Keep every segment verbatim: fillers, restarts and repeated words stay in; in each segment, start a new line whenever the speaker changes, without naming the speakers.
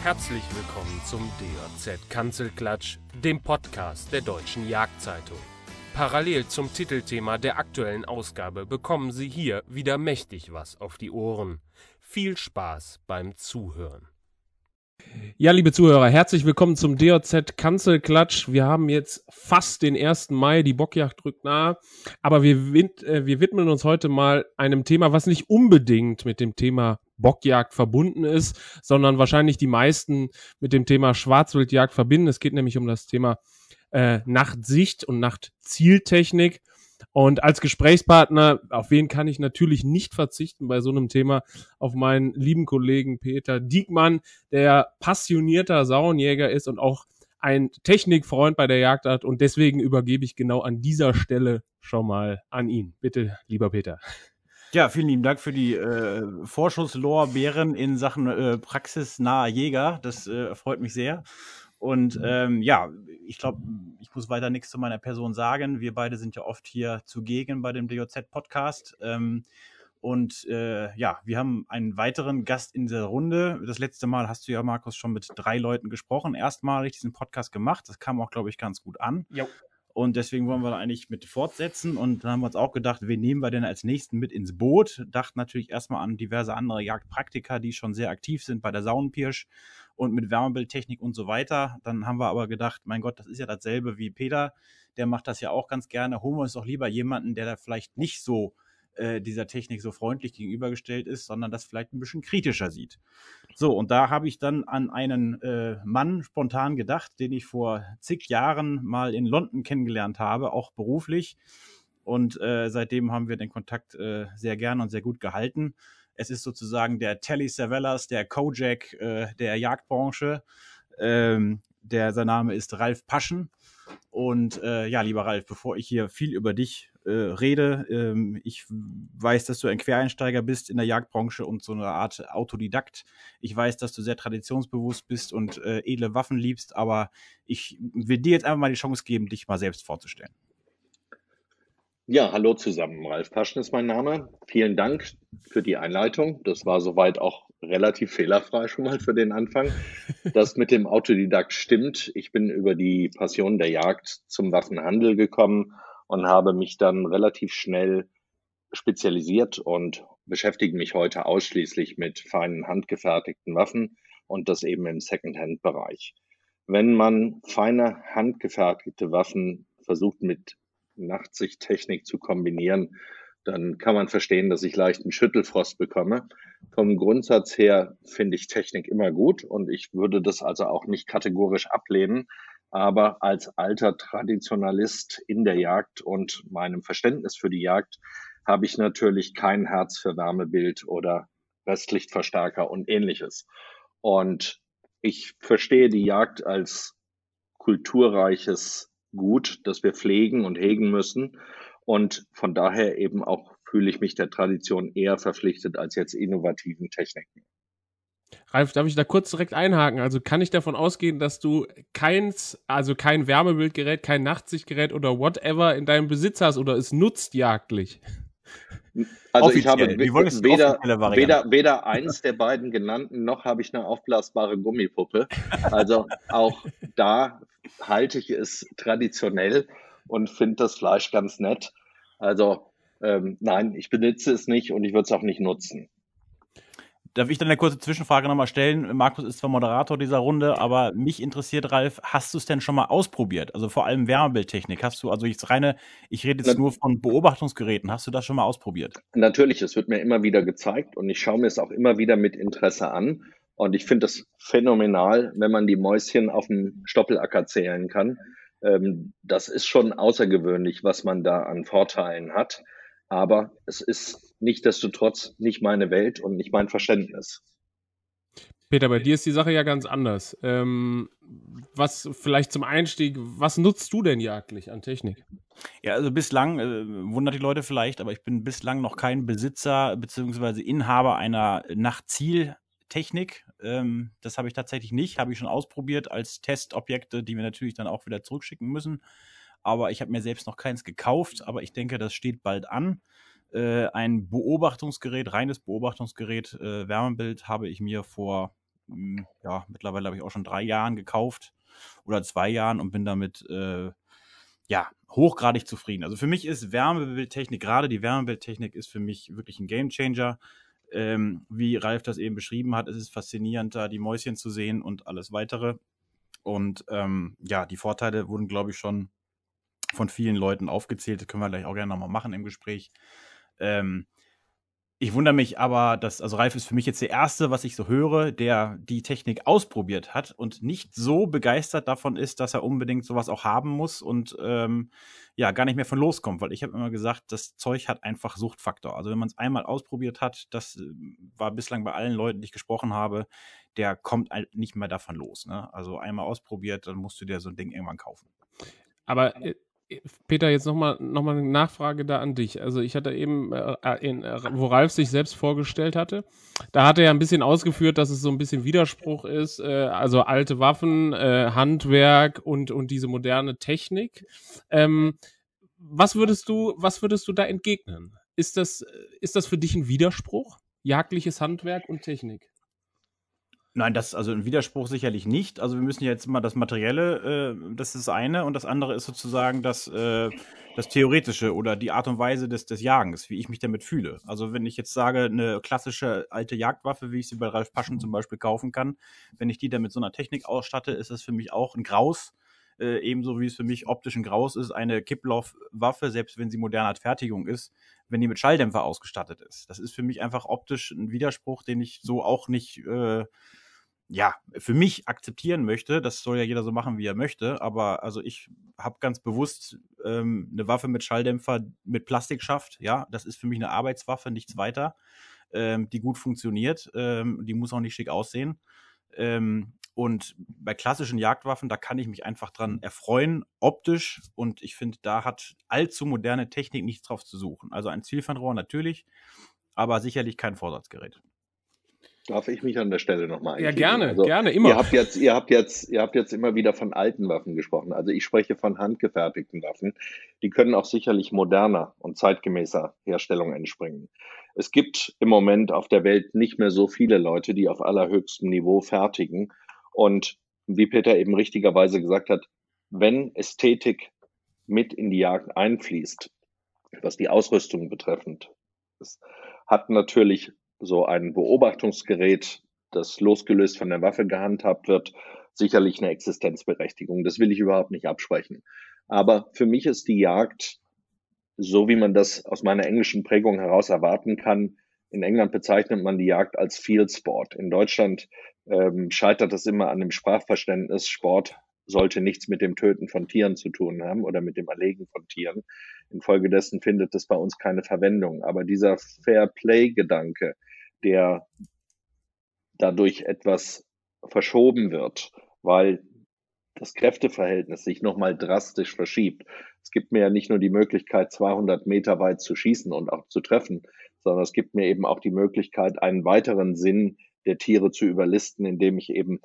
Herzlich willkommen zum D J Z-Kanzelklatsch, dem Podcast der Deutschen Jagdzeitung. Parallel zum Titelthema der aktuellen Ausgabe bekommen Sie hier wieder mächtig was auf die Ohren. Viel Spaß beim Zuhören.
Ja, liebe Zuhörer, herzlich willkommen zum D J Z-Kanzelklatsch. Wir haben jetzt fast den ersten Mai, die Bockjagd rückt nahe, aber wir, äh, wir widmen uns heute mal einem Thema, was nicht unbedingt mit dem Thema Bockjagd verbunden ist, sondern wahrscheinlich die meisten mit dem Thema Schwarzwildjagd verbinden. Es geht nämlich um das Thema äh, Nachtsicht und Nachtzieltechnik. Und als Gesprächspartner, auf wen kann ich natürlich nicht verzichten bei so einem Thema, auf meinen lieben Kollegen Peter Diekmann, der passionierter Sauenjäger ist und auch ein Technikfreund bei der Jagd hat. Und deswegen übergebe ich genau an dieser Stelle schon mal an ihn. Bitte, lieber Peter.
Ja, vielen lieben Dank für die äh, Vorschusslorbeeren in Sachen äh, praxisnaher Jäger. Das äh, freut mich sehr. Und ähm, ja, ich glaube, ich muss weiter nichts zu meiner Person sagen. Wir beide sind ja oft hier zugegen bei dem D J Z-Podcast. Ähm, und äh, ja, wir haben einen weiteren Gast in der Runde. Das letzte Mal hast du ja, Markus, schon mit drei Leuten gesprochen. Erstmalig diesen Podcast gemacht. Das kam auch, glaube ich, ganz gut an.
Jo.
Und deswegen wollen wir da eigentlich mit fortsetzen. Und dann haben wir uns auch gedacht, wen nehmen wir denn als nächsten mit ins Boot? Dachten natürlich erstmal an diverse andere Jagdpraktiker, die schon sehr aktiv sind bei der Saunenpirsch und mit Wärmebildtechnik und so weiter. Dann haben wir aber gedacht, mein Gott, das ist ja dasselbe wie Peter. Der macht das ja auch ganz gerne. Holen wir uns doch lieber jemanden, der da vielleicht nicht so äh, dieser Technik so freundlich gegenübergestellt ist, sondern das vielleicht ein bisschen kritischer sieht. So, und da habe ich dann an einen äh, Mann spontan gedacht, den ich vor zig Jahren mal in London kennengelernt habe, auch beruflich. Und äh, seitdem haben wir den Kontakt äh, sehr gerne und sehr gut gehalten. Es ist sozusagen der Telly Savalas, der Kojak äh, der Jagdbranche. Ähm, der, sein Name ist Ralf Paschen. Und äh, ja, lieber Ralf, bevor ich hier viel über dich äh, rede, ähm, ich weiß, dass du ein Quereinsteiger bist in der Jagdbranche und so eine Art Autodidakt. Ich weiß, dass du sehr traditionsbewusst bist und äh, edle Waffen liebst, aber ich will dir jetzt einfach mal die Chance geben, dich mal selbst vorzustellen.
Ja, hallo zusammen. Ralf Paschen ist mein Name. Vielen Dank für die Einleitung. Das war soweit auch relativ fehlerfrei schon mal für den Anfang. Das mit dem Autodidakt stimmt. Ich bin über die Passion der Jagd zum Waffenhandel gekommen und habe mich dann relativ schnell spezialisiert und beschäftige mich heute ausschließlich mit feinen handgefertigten Waffen und das eben im Secondhand-Bereich. Wenn man feine handgefertigte Waffen versucht mit Nachtsichttechnik zu kombinieren, dann kann man verstehen, dass ich leicht einen Schüttelfrost bekomme. Vom Grundsatz her finde ich Technik immer gut und ich würde das also auch nicht kategorisch ablehnen. Aber als alter Traditionalist in der Jagd und meinem Verständnis für die Jagd habe ich natürlich kein Herz für Wärmebild oder Restlichtverstärker und Ähnliches. Und ich verstehe die Jagd als kulturreiches Gut, das wir pflegen und hegen müssen. Und von daher eben auch fühle ich mich der Tradition eher verpflichtet als jetzt innovativen Techniken.
Ralf, darf ich da kurz direkt einhaken? Also kann ich davon ausgehen, dass du keins, also kein Wärmebildgerät, kein Nachtsichtgerät oder whatever in deinem Besitz hast oder es nutzt jagdlich?
Also
Offiziell.
ich habe
Wir wollen jetzt die
weder,
offizielle Variante.
weder, weder eins der beiden genannten, noch habe ich eine aufblasbare Gummipuppe. Also auch da halte ich es traditionell und finde das Fleisch ganz nett. Also ähm, nein, ich benutze es nicht und ich würde es auch nicht nutzen.
Darf ich dann eine kurze Zwischenfrage nochmal stellen? Markus ist zwar Moderator dieser Runde, aber mich interessiert, Ralf, hast du es denn schon mal ausprobiert? Also vor allem Wärmebildtechnik. Hast du, also jetzt reine, ich rede jetzt
Na,
nur von Beobachtungsgeräten. Hast du das schon mal ausprobiert?
Natürlich, es wird mir immer wieder gezeigt und ich schaue mir es auch immer wieder mit Interesse an. Und ich finde es phänomenal, wenn man die Mäuschen auf dem Stoppelacker zählen kann. Ähm, das ist schon außergewöhnlich, was man da an Vorteilen hat. Aber es ist nichtsdestotrotz nicht meine Welt und nicht mein Verständnis.
Peter, bei dir ist die Sache ja ganz anders. Ähm, was vielleicht zum Einstieg, was nutzt du denn jagdlich an Technik?
Ja, also bislang, äh, wundert die Leute vielleicht, aber ich bin bislang noch kein Besitzer bzw. Inhaber einer Nachtzieltechnik. Ähm, das habe ich tatsächlich nicht, habe ich schon ausprobiert als Testobjekte, die wir natürlich dann auch wieder zurückschicken müssen. Aber ich habe mir selbst noch keins gekauft, aber ich denke, das steht bald an. Äh, ein Beobachtungsgerät, reines Beobachtungsgerät, äh, Wärmebild, habe ich mir vor ja, mittlerweile habe ich auch schon drei Jahren gekauft oder zwei Jahren und bin damit äh, ja, hochgradig zufrieden. Also für mich ist Wärmebildtechnik, gerade die Wärmebildtechnik ist für mich wirklich ein Gamechanger. Ähm, wie Ralf das eben beschrieben hat, es ist faszinierend, da die Mäuschen zu sehen und alles weitere. Und ähm, ja, die Vorteile wurden, glaube ich, schon von vielen Leuten aufgezählt. Das können wir gleich auch gerne nochmal machen im Gespräch. Ähm, Ich wundere mich aber, dass, also Ralf ist für mich jetzt der Erste, was ich so höre, der die Technik ausprobiert hat und nicht so begeistert davon ist, dass er unbedingt sowas auch haben muss und ähm, ja, gar nicht mehr von loskommt, weil ich habe immer gesagt, das Zeug hat einfach Suchtfaktor. Also wenn man es einmal ausprobiert hat, das äh, war bislang bei allen Leuten, die ich gesprochen habe, der kommt halt nicht mehr davon los. Ne? Also einmal ausprobiert, dann musst du dir so ein Ding irgendwann kaufen.
Aber äh, Peter, jetzt nochmal noch mal eine Nachfrage da an dich. Also ich hatte eben, äh, in, äh, wo Ralf sich selbst vorgestellt hatte, da hat er ja ein bisschen ausgeführt, dass es so ein bisschen Widerspruch ist, äh, also alte Waffen, äh, Handwerk und, und diese moderne Technik. Ähm, was würdest du, was würdest du da entgegnen? Ist das, ist das für dich ein Widerspruch? Jagdliches Handwerk und Technik?
Nein, das ist also ein Widerspruch sicherlich nicht. Also wir müssen jetzt mal das Materielle, äh, das ist das eine, und das andere ist sozusagen das, äh, das Theoretische oder die Art und Weise des, des Jagens, wie ich mich damit fühle. Also wenn ich jetzt sage, eine klassische alte Jagdwaffe, wie ich sie bei Ralf Paschen zum Beispiel kaufen kann, wenn ich die dann mit so einer Technik ausstatte, ist das für mich auch ein Graus. Äh, ebenso wie es für mich optisch ein Graus ist, eine Kipplauf-Waffe, selbst wenn sie moderner Fertigung ist, wenn die mit Schalldämpfer ausgestattet ist. Das ist für mich einfach optisch ein Widerspruch, den ich so auch nicht äh, ja, für mich akzeptieren möchte. Das soll ja jeder so machen, wie er möchte. Aber also ich habe ganz bewusst ähm, eine Waffe mit Schalldämpfer mit Plastikschaft. Ja, das ist für mich eine Arbeitswaffe, nichts weiter, ähm, die gut funktioniert. Ähm, die muss auch nicht schick aussehen. Ähm, und bei klassischen Jagdwaffen, da kann ich mich einfach dran erfreuen, optisch. Und ich finde, da hat allzu moderne Technik nichts drauf zu suchen. Also ein Zielfernrohr natürlich, aber sicherlich kein Vorsatzgerät.
Darf ich mich an der Stelle nochmal
Ja,
einklinken?
gerne,
Also
gerne,
ihr
immer.
habt jetzt, ihr habt jetzt, ihr habt jetzt immer wieder von alten Waffen gesprochen. Also ich spreche von handgefertigten Waffen. Die können auch sicherlich moderner und zeitgemäßer Herstellung entspringen. Es gibt im Moment auf der Welt nicht mehr so viele Leute, die auf allerhöchstem Niveau fertigen. Und wie Peter eben richtigerweise gesagt hat, wenn Ästhetik mit in die Jagd einfließt, was die Ausrüstung betreffend, es hat natürlich so ein Beobachtungsgerät, das losgelöst von der Waffe gehandhabt wird, sicherlich eine Existenzberechtigung. Das will ich überhaupt nicht absprechen. Aber für mich ist die Jagd, so wie man das aus meiner englischen Prägung heraus erwarten kann, in England bezeichnet man die Jagd als Field Sport. In Deutschland ähm, scheitert das immer an dem Sprachverständnis. Sport sollte nichts mit dem Töten von Tieren zu tun haben oder mit dem Erlegen von Tieren. Infolgedessen findet das bei uns keine Verwendung. Aber dieser Fair-Play-Gedanke, der dadurch etwas verschoben wird, weil das Kräfteverhältnis sich nochmal drastisch verschiebt. Es gibt mir ja nicht nur die Möglichkeit, zweihundert Meter weit zu schießen und auch zu treffen, sondern es gibt mir eben auch die Möglichkeit, einen weiteren Sinn der Tiere zu überlisten, indem ich eben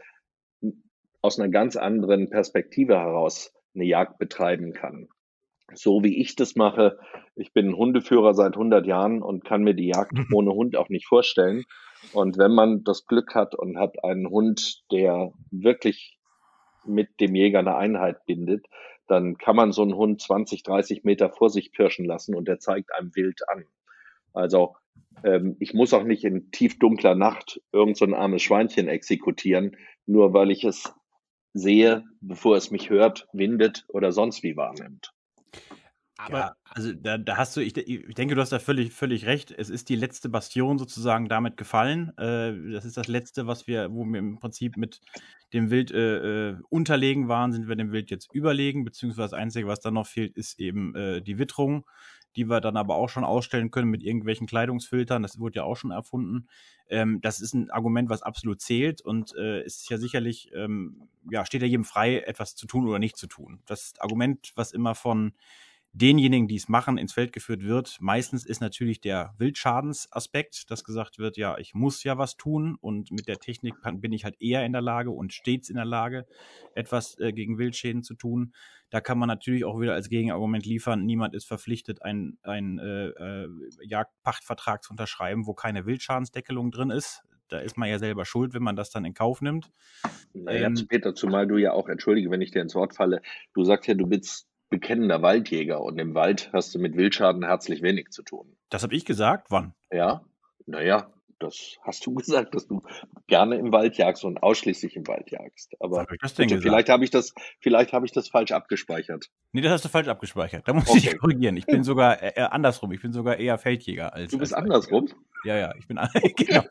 aus einer ganz anderen Perspektive heraus eine Jagd betreiben kann. So wie ich das mache, ich bin Hundeführer seit hundert Jahren und kann mir die Jagd ohne Hund auch nicht vorstellen. Und wenn man das Glück hat und hat einen Hund, der wirklich mit dem Jäger eine Einheit bindet, dann kann man so einen Hund zwanzig, dreißig Meter vor sich pirschen lassen und der zeigt einem wild an. Also ähm, ich muss auch nicht in tiefdunkler Nacht irgend so ein armes Schweinchen exekutieren, nur weil ich es sehe, bevor es mich hört, windet oder sonst wie wahrnimmt.
Aber ja, also da, da hast du, ich, ich denke, du hast da völlig, völlig recht. Es ist die letzte Bastion sozusagen damit gefallen. Äh, das ist das Letzte, was wir, wo wir im Prinzip mit dem Wild äh, unterlegen waren, sind wir dem Wild jetzt überlegen, beziehungsweise das Einzige, was dann noch fehlt, ist eben äh, die Witterung, die wir dann aber auch schon ausstellen können mit irgendwelchen Kleidungsfiltern. Das wurde ja auch schon erfunden. Ähm, das ist ein Argument, was absolut zählt und äh, ist ja sicherlich, ähm, ja, steht ja jedem frei, etwas zu tun oder nicht zu tun. Das Argument, was immer von denjenigen, die es machen, ins Feld geführt wird. Meistens ist natürlich der Wildschadensaspekt, dass gesagt wird, ja, ich muss ja was tun und mit der Technik bin ich halt eher in der Lage und stets in der Lage, etwas äh, gegen Wildschäden zu tun. Da kann man natürlich auch wieder als Gegenargument liefern, niemand ist verpflichtet, einen ein, äh, äh, Jagdpachtvertrag zu unterschreiben, wo keine Wildschadensdeckelung drin ist. da ist man ja selber schuld, wenn man das dann in Kauf nimmt.
Naja,
Ähm,
Peter, zumal du ja auch, entschuldige, wenn ich dir ins Wort falle, du sagst ja, du bist bekennender Waldjäger und im Wald hast du mit Wildschaden herzlich wenig zu tun.
Das habe ich gesagt? Wann?
Ja, naja, das hast du gesagt, dass du gerne im Wald jagst und ausschließlich im Wald jagst.
Wann
Aber
habe ich das denn
bitte,
gesagt?
vielleicht habe ich das, vielleicht habe ich das falsch abgespeichert.
Nee, das hast du falsch abgespeichert. Da muss ich
Okay.
dich korrigieren. Ich bin sogar äh, andersrum. Ich bin sogar eher Feldjäger als
Du bist
als
andersrum?
Ja, ja, ich bin genau.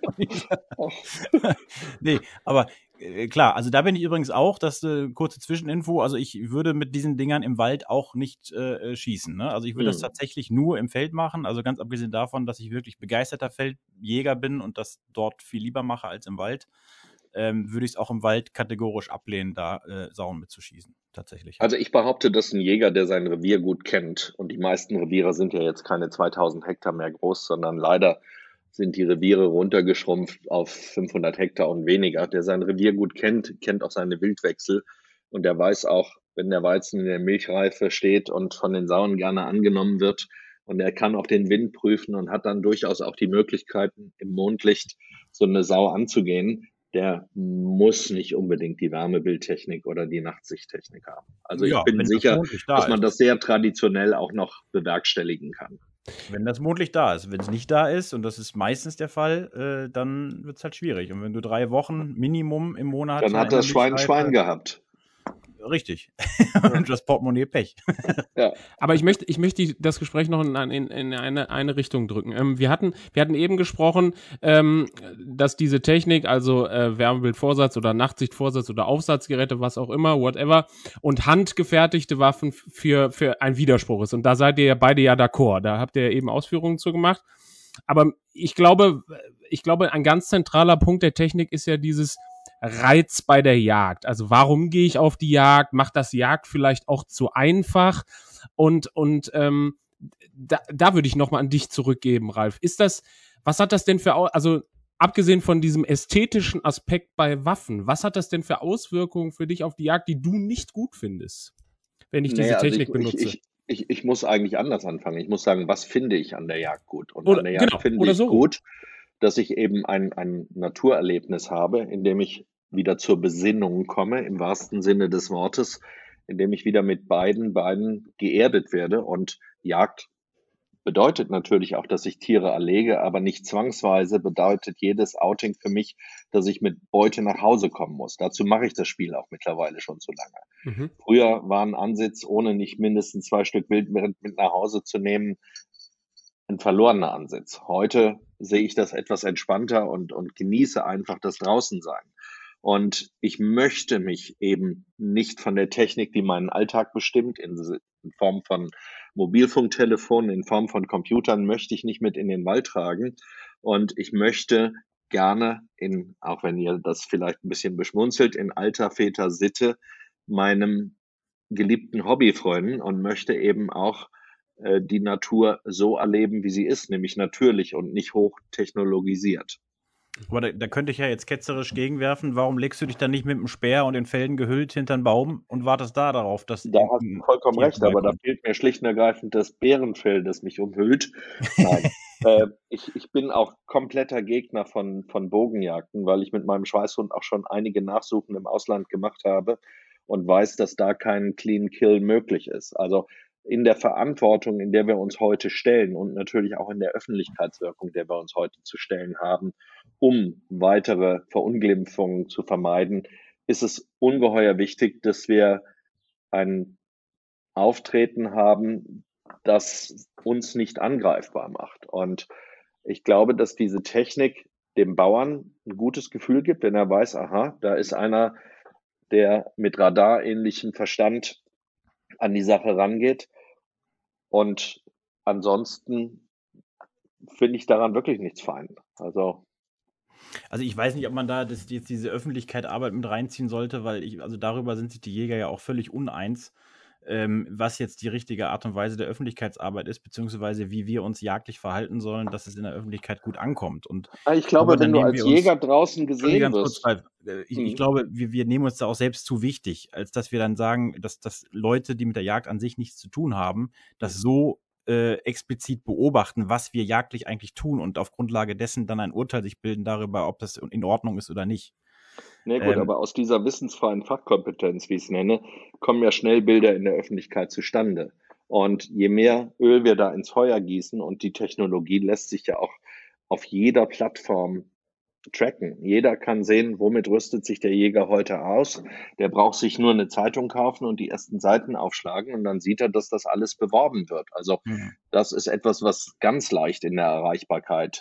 Nee, aber äh, klar, also da bin ich übrigens auch, das äh, kurze Zwischeninfo, also ich würde mit diesen Dingern im Wald auch nicht äh, schießen. Ne? Also ich würde das
Hm.
tatsächlich nur im Feld machen, also ganz abgesehen davon, dass ich wirklich begeisterter Feldjäger bin und das dort viel lieber mache als im Wald, ähm, würde ich es auch im Wald kategorisch ablehnen, da äh, Sauen mitzuschießen, tatsächlich.
Also ich behaupte, dass ein Jäger, der sein Revier gut kennt, und die meisten Reviere sind ja jetzt keine zweitausend Hektar mehr groß, sondern leider sind die Reviere runtergeschrumpft auf fünfhundert Hektar und weniger. Der sein Revier gut kennt, kennt auch seine Wildwechsel und der weiß auch, wenn der Weizen in der Milchreife steht und von den Sauen gerne angenommen wird, und er kann auch den Wind prüfen und hat dann durchaus auch die Möglichkeiten, im Mondlicht so eine Sau anzugehen, der muss nicht unbedingt die Wärmebildtechnik oder die Nachtsichttechnik haben. Also ich
Ja,
bin
wenn das
sicher,
Mondlicht da
dass man
ist.
das sehr traditionell auch noch bewerkstelligen kann.
Wenn das Mondlicht da ist. Wenn es nicht da ist, und das ist meistens der Fall, äh, dann wird es halt schwierig. Und wenn du drei Wochen Minimum im Monat
Dann
ja,
hat
in der
das Schwein
Milchreife-
Schwein gehabt.
Richtig. Und das Portemonnaie Pech.
Ja.
Aber ich möchte, ich möchte die- das Gespräch noch in, in, in eine, eine Richtung drücken. Ähm, wir hatten, wir hatten eben gesprochen, ähm, dass diese Technik, also äh, Wärmebildvorsatz oder Nachtsichtvorsatz oder Aufsatzgeräte, was auch immer, whatever, und handgefertigte Waffen für, für ein Widerspruch ist. Und da seid ihr ja beide ja d'accord. Da habt ihr ja eben Ausführungen zu gemacht. Aber ich glaube, ich glaube, ein ganz zentraler Punkt der Technik ist ja dieses Reiz bei der Jagd. Also warum gehe ich auf die Jagd? Macht das Jagd vielleicht auch zu einfach? Und, und ähm, da, da würde ich nochmal an dich zurückgeben, Ralf. Ist das, was hat das denn für, Au- also abgesehen von diesem ästhetischen Aspekt bei Waffen, was hat das denn für Auswirkungen für dich auf die Jagd, die du nicht gut findest, wenn ich diese
Nee, also
Technik
ich,
benutze?
Ich, ich, ich, ich muss eigentlich anders anfangen. Ich muss sagen, was finde ich an der Jagd gut? Und
Oder-
an der Jagd
genau,
finde
oder
ich
so.
gut, dass ich eben ein, ein Naturerlebnis habe, in dem ich wieder zur Besinnung komme, im wahrsten Sinne des Wortes, in dem ich wieder mit beiden Beinen geerdet werde. Und Jagd bedeutet natürlich auch, dass ich Tiere erlege, aber nicht zwangsweise bedeutet jedes Outing für mich, dass ich mit Beute nach Hause kommen muss. Dazu mache ich das Spiel auch mittlerweile schon zu lange.
Mhm.
Früher war ein Ansitz, ohne nicht mindestens zwei Stück Wild mit nach Hause zu nehmen, ein verlorener Ansitz. Heute sehe ich das etwas entspannter und, und genieße einfach das Draußensein. Und ich möchte mich eben nicht von der Technik, die meinen Alltag bestimmt, in, in Form von Mobilfunktelefonen, in Form von Computern, möchte ich nicht mit in den Wald tragen. Und ich möchte gerne in, auch wenn ihr das vielleicht ein bisschen beschmunzelt, in alter Väter Sitte meinem geliebten Hobby freunden und möchte eben auch äh, die Natur so erleben, wie sie ist, nämlich natürlich und nicht hochtechnologisiert.
Aber da, da könnte ich ja jetzt ketzerisch gegenwerfen, warum legst du dich dann nicht mit dem Speer und den Fellen gehüllt hinter einen Baum und wartest da darauf, dass
Da hast du vollkommen
Tier
recht, aber da
vorbeikommt?
fehlt mir schlicht und ergreifend das Bärenfell, das mich umhüllt. Nein, äh, ich, ich bin auch kompletter Gegner von, von Bogenjagden, weil ich mit meinem Schweißhund auch schon einige Nachsuchen im Ausland gemacht habe und weiß, dass da kein Clean Kill möglich ist. Also in der Verantwortung, in der wir uns heute stellen und natürlich auch in der Öffentlichkeitswirkung, der wir uns heute zu stellen haben, um weitere Verunglimpfungen zu vermeiden, ist es ungeheuer wichtig, dass wir ein Auftreten haben, das uns nicht angreifbar macht. Und ich glaube, dass diese Technik dem Bauern ein gutes Gefühl gibt, wenn er weiß, aha, da ist einer, der mit radarähnlichem Verstand an die Sache rangeht. Und ansonsten finde ich daran wirklich nichts fein. Also
Also ich weiß nicht, ob man da das, jetzt diese Öffentlichkeit Arbeit mit reinziehen sollte, weil ich, also darüber sind sich die Jäger ja auch völlig uneins, ähm, was jetzt die richtige Art und Weise der Öffentlichkeitsarbeit ist, beziehungsweise wie wir uns jagdlich verhalten sollen, dass es in der Öffentlichkeit gut ankommt. Und
ich glaube,
da
wenn du
nehmen
als
wir uns-
Jäger draußen
Entschuldige
gesehen
ganz kurz,
wirst,
Ralf. Äh, Ich, ich
Hm.
glaube, wir, wir nehmen uns da auch selbst zu wichtig, als dass wir dann sagen, dass, dass Leute, die mit der Jagd an sich nichts zu tun haben, das so äh, explizit beobachten, was wir jagdlich eigentlich tun und auf Grundlage dessen dann ein Urteil sich bilden darüber, ob das in Ordnung ist oder nicht.
Nee, gut,
Ähm,
aber aus dieser wissensfreien Fachkompetenz, wie ich es nenne, kommen ja schnell Bilder in der Öffentlichkeit zustande. Und je mehr Öl wir da ins Feuer gießen, und die Technologie lässt sich ja auch auf jeder Plattform tracken. Jeder kann sehen, womit rüstet sich der Jäger heute aus. Der braucht sich nur eine Zeitung kaufen und die ersten Seiten aufschlagen und dann sieht er, dass das alles beworben wird. Also
hm.
das ist etwas, was ganz leicht in der Erreichbarkeit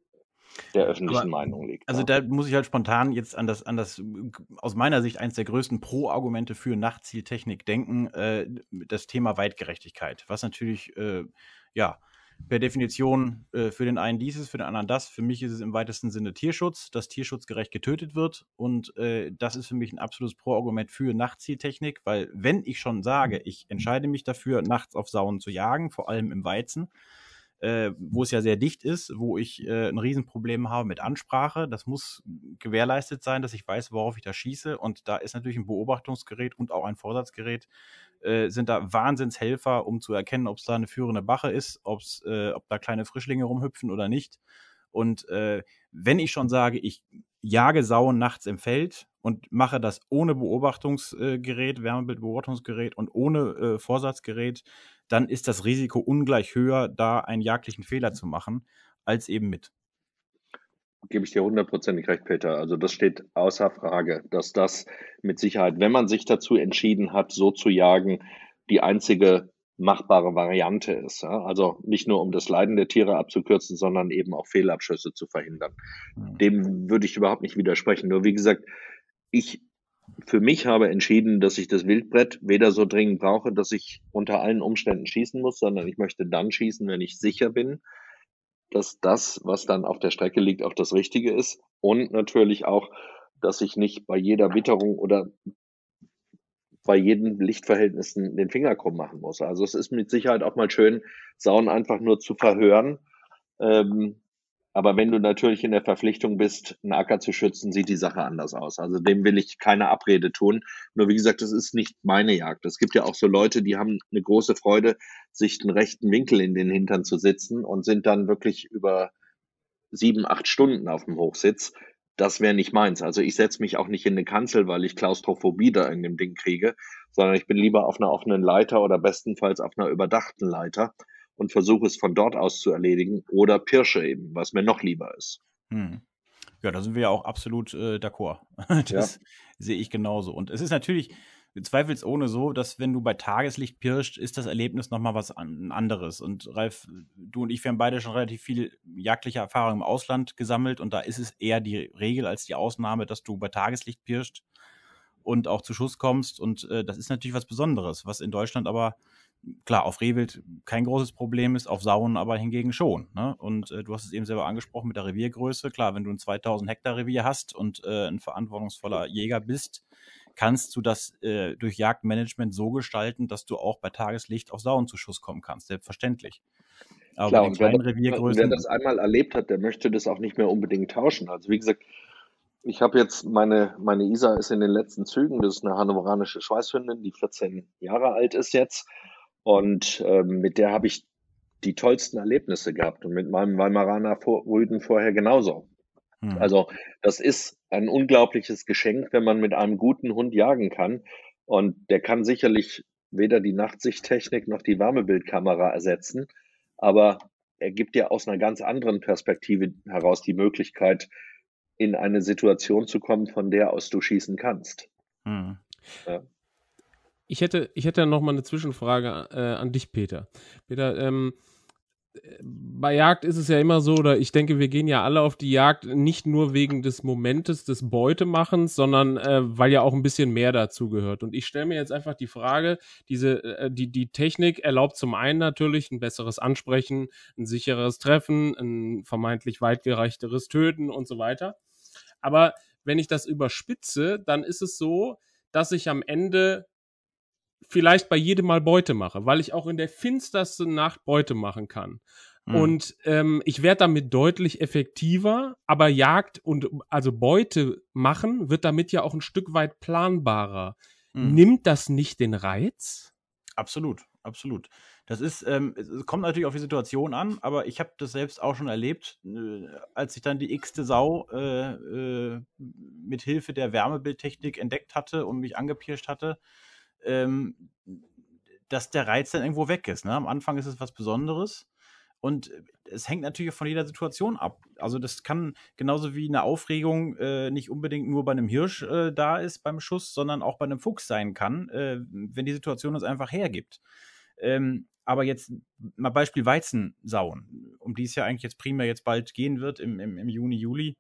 der öffentlichen
Aber,
Meinung liegt.
Also
ne?
da muss ich halt spontan jetzt an das, an das aus meiner Sicht eines der größten Pro-Argumente für Nachtzieltechnik denken, äh, das Thema Weitgerechtigkeit, was natürlich, äh, ja, per Definition äh, für den einen dies ist, für den anderen das. Für mich ist es im weitesten Sinne Tierschutz, dass tierschutzgerecht getötet wird. Und äh, das ist für mich ein absolutes Pro-Argument für Nachtzieltechnik, weil wenn ich schon sage, ich entscheide mich dafür, nachts auf Sauen zu jagen, vor allem im Weizen, äh, wo es ja sehr dicht ist, wo ich äh, ein Riesenproblem habe mit Ansprache. Das muss gewährleistet sein, dass ich weiß, worauf ich da schieße. Und da ist natürlich ein Beobachtungsgerät und auch ein Vorsatzgerät äh, sind da Wahnsinnshelfer, um zu erkennen, ob es da eine führende Bache ist, ob's, äh, ob da kleine Frischlinge rumhüpfen oder nicht. Und äh, wenn ich schon sage, ich jage Sauen nachts im Feld und mache das ohne Beobachtungsgerät, Wärmebildbeobachtungsgerät und ohne äh, Vorsatzgerät, dann ist das Risiko ungleich höher, da einen jagdlichen Fehler zu machen, als eben mit.
Gebe ich dir hundertprozentig recht, Peter. Also das steht außer Frage, dass das mit Sicherheit, wenn man sich dazu entschieden hat, so zu jagen, die einzige machbare Variante ist. Ja? Also nicht nur um das Leiden der Tiere abzukürzen, sondern eben auch Fehlabschüsse zu verhindern.
Mhm.
Dem würde ich überhaupt nicht widersprechen. Nur wie gesagt, ich für mich habe entschieden, dass ich das Wildbrett weder so dringend brauche, dass ich unter allen Umständen schießen muss, sondern ich möchte dann schießen, wenn ich sicher bin, dass das, was dann auf der Strecke liegt, auch das Richtige ist. Und natürlich auch, dass ich nicht bei jeder Witterung oder bei jedem Lichtverhältnissen den Finger krumm machen muss. Also es ist mit Sicherheit auch mal schön, Sauen einfach nur zu verhören. Ähm, aber wenn du natürlich in der Verpflichtung bist, einen Acker zu schützen, sieht die Sache anders aus. Also dem will ich keine Abrede tun. Nur wie gesagt, das ist nicht meine Jagd. Es gibt ja auch so Leute, die haben eine große Freude, sich den rechten Winkel in den Hintern zu sitzen und sind dann wirklich über sieben, acht Stunden auf dem Hochsitz. Das wäre nicht meins. Also ich setze mich auch nicht in eine Kanzel, weil ich Klaustrophobie da in dem Ding kriege, sondern ich bin lieber auf einer offenen Leiter oder bestenfalls auf einer überdachten Leiter und versuche es von dort aus zu erledigen oder pirsche eben, was mir noch lieber ist.
Hm. Ja, da sind wir ja auch absolut äh, d'accord. Das
Ja.
sehe ich genauso. Und es ist natürlich zweifelsohne so, dass wenn du bei Tageslicht pirschst, ist das Erlebnis nochmal was an, anderes. Und Ralf, du und ich, wir haben beide schon relativ viel jagdliche Erfahrung im Ausland gesammelt und da ist es eher die Regel als die Ausnahme, dass du bei Tageslicht pirschst und auch zu Schuss kommst. Und äh, das ist natürlich was Besonderes, was in Deutschland aber klar, auf Rehwild kein großes Problem ist, auf Sauen aber hingegen schon. Ne? Und äh, du hast es eben selber angesprochen mit der Reviergröße. Klar, wenn du ein zweitausend Hektar Revier hast und äh, ein verantwortungsvoller Jäger bist, kannst du das äh, durch Jagdmanagement so gestalten, dass du auch bei Tageslicht auf Sauen zu Schuss kommen kannst. Selbstverständlich. Aber
Klar,
bei den
und wer
kleinen
das, wer
Reviergrößen,
das einmal erlebt hat, der möchte das auch nicht mehr unbedingt tauschen. Also wie gesagt, ich habe jetzt meine, meine Isa ist in den letzten Zügen, das ist eine hannoveranische Schweißhündin, die vierzehn Jahre alt ist jetzt. Und ähm, mit der habe ich die tollsten Erlebnisse gehabt und mit meinem Weimaraner vor, Rüden vorher genauso.
hm,
Also das ist ein unglaubliches Geschenk, wenn man mit einem guten Hund jagen kann. Und der kann sicherlich weder die Nachtsichttechnik noch die Wärmebildkamera ersetzen, aber er gibt dir aus einer ganz anderen Perspektive heraus die Möglichkeit, in eine Situation zu kommen, von der aus du schießen kannst.
hm.
Ja.
Ich hätte, ich hätte noch mal eine Zwischenfrage äh, an dich, Peter. Peter, ähm, bei Jagd ist es ja immer so, oder ich denke, wir gehen ja alle auf die Jagd nicht nur wegen des Momentes des Beutemachens, sondern äh, weil ja auch ein bisschen mehr dazu gehört. Und ich stelle mir jetzt einfach die Frage, diese, äh, die, die Technik erlaubt zum einen natürlich ein besseres Ansprechen, ein sicheres Treffen, ein vermeintlich weitgereichteres Töten und so weiter. Aber wenn ich das überspitze, dann ist es so, dass ich am Ende vielleicht bei jedem Mal Beute mache, weil ich auch in der finstersten Nacht Beute machen kann.
Hm.
Und ähm, ich werde damit deutlich effektiver, aber Jagd und also Beute machen wird damit ja auch ein Stück weit planbarer.
Hm.
Nimmt das nicht den Reiz?
Absolut, absolut. Das ist, ähm, es es kommt natürlich auf die Situation an, aber ich habe das selbst auch schon erlebt, äh, als ich dann die x-te Sau äh, äh, mit Hilfe der Wärmebildtechnik entdeckt hatte und mich angepirscht hatte, ähm, dass der Reiz dann irgendwo weg ist. Ne? Am Anfang ist es was Besonderes und äh, es hängt natürlich von jeder Situation ab. Also das kann genauso wie eine Aufregung äh, nicht unbedingt nur bei einem Hirsch äh, da ist beim Schuss, sondern auch bei einem Fuchs sein kann, äh, wenn die Situation es einfach hergibt. Ähm, aber jetzt mal Beispiel Weizensauen, um die es ja eigentlich jetzt primär jetzt bald gehen wird im, im, im Juni, Juli.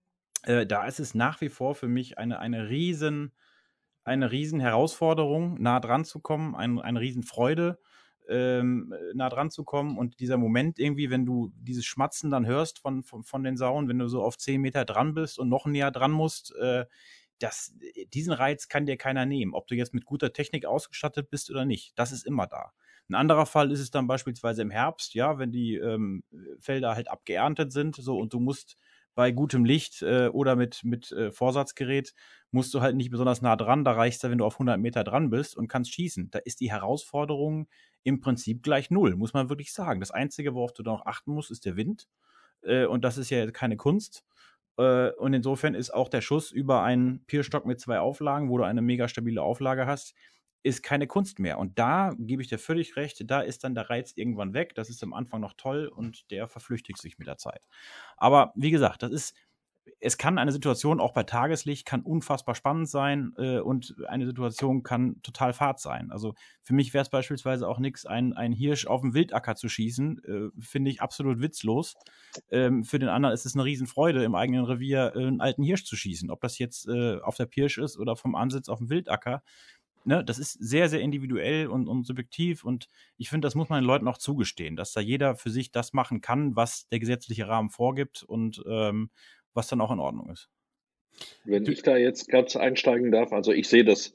Äh, da ist es nach wie vor für mich eine, eine riesen, eine riesen Herausforderung, nah dran zu kommen, ein, eine riesen Freude, ähm, nah dran zu kommen. Und dieser Moment irgendwie, wenn du dieses Schmatzen dann hörst von, von, von den Sauen, wenn du so auf zehn Meter dran bist und noch näher dran musst, äh, das, diesen Reiz kann dir keiner nehmen, ob du jetzt mit guter Technik ausgestattet bist oder nicht. Das ist immer da. Ein anderer Fall ist es dann beispielsweise im Herbst, ja, wenn die ähm, Felder halt abgeerntet sind, so und du musst bei gutem Licht äh, oder mit, mit äh, Vorsatzgerät musst du halt nicht besonders nah dran. Da reicht es, wenn du auf hundert Meter dran bist und kannst schießen. Da ist die Herausforderung im Prinzip gleich null, muss man wirklich sagen. Das Einzige, worauf du noch achten musst, ist der Wind. Äh, und das ist ja keine Kunst. Äh, und insofern ist auch der Schuss über einen Pierstock mit zwei Auflagen, wo du eine mega stabile Auflage hast, ist keine Kunst mehr. Und da gebe ich dir völlig recht, da ist dann der Reiz irgendwann weg. Das ist am Anfang noch toll und der verflüchtigt sich mit der Zeit. Aber wie gesagt, das ist, es kann eine Situation auch bei Tageslicht kann unfassbar spannend sein äh, und eine Situation kann total fad sein. Also für mich wäre es beispielsweise auch nichts, ein, ein Hirsch auf dem Wildacker zu schießen, äh, finde ich absolut witzlos. Ähm, für den anderen ist es eine Riesenfreude, im eigenen Revier äh, einen alten Hirsch zu schießen. Ob das jetzt äh, auf der Pirsch ist oder vom Ansitz auf dem Wildacker. Ne, das ist sehr, sehr individuell und, und subjektiv und ich finde, das muss man den Leuten auch zugestehen, dass da jeder für sich das machen kann, was der gesetzliche Rahmen vorgibt und ähm, was dann auch in Ordnung ist.
Wenn ich da jetzt ganz einsteigen darf, also ich sehe das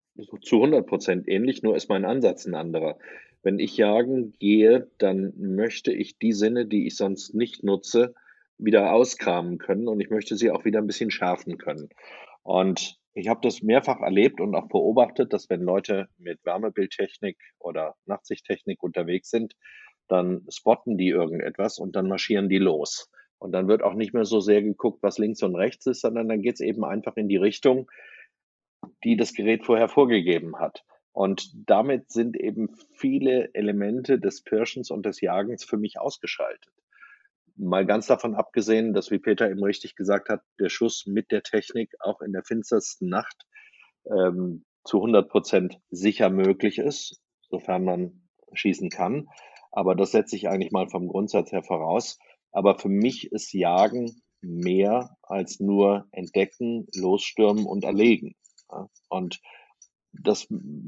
zu hundert Prozent ähnlich, nur ist mein Ansatz ein anderer. Wenn ich jagen gehe, dann möchte ich die Sinne, die ich sonst nicht nutze, wieder auskramen können und ich möchte sie auch wieder ein bisschen schärfen können. Und ich habe das mehrfach erlebt und auch beobachtet, dass wenn Leute mit Wärmebildtechnik oder Nachtsichttechnik unterwegs sind, dann spotten die irgendetwas und dann marschieren die los. Und dann wird auch nicht mehr so sehr geguckt, was links und rechts ist, sondern dann geht es eben einfach in die Richtung, die das Gerät vorher vorgegeben hat. Und damit sind eben viele Elemente des Pirschens und des Jagens für mich ausgeschaltet. Mal ganz davon abgesehen, dass, wie Peter eben richtig gesagt hat, der Schuss mit der Technik auch in der finstersten Nacht ähm, zu hundert Prozent sicher möglich ist, sofern man schießen kann. Aber das setze ich eigentlich mal vom Grundsatz her voraus. Aber für mich ist Jagen mehr als nur entdecken, losstürmen und erlegen. Ja? Und das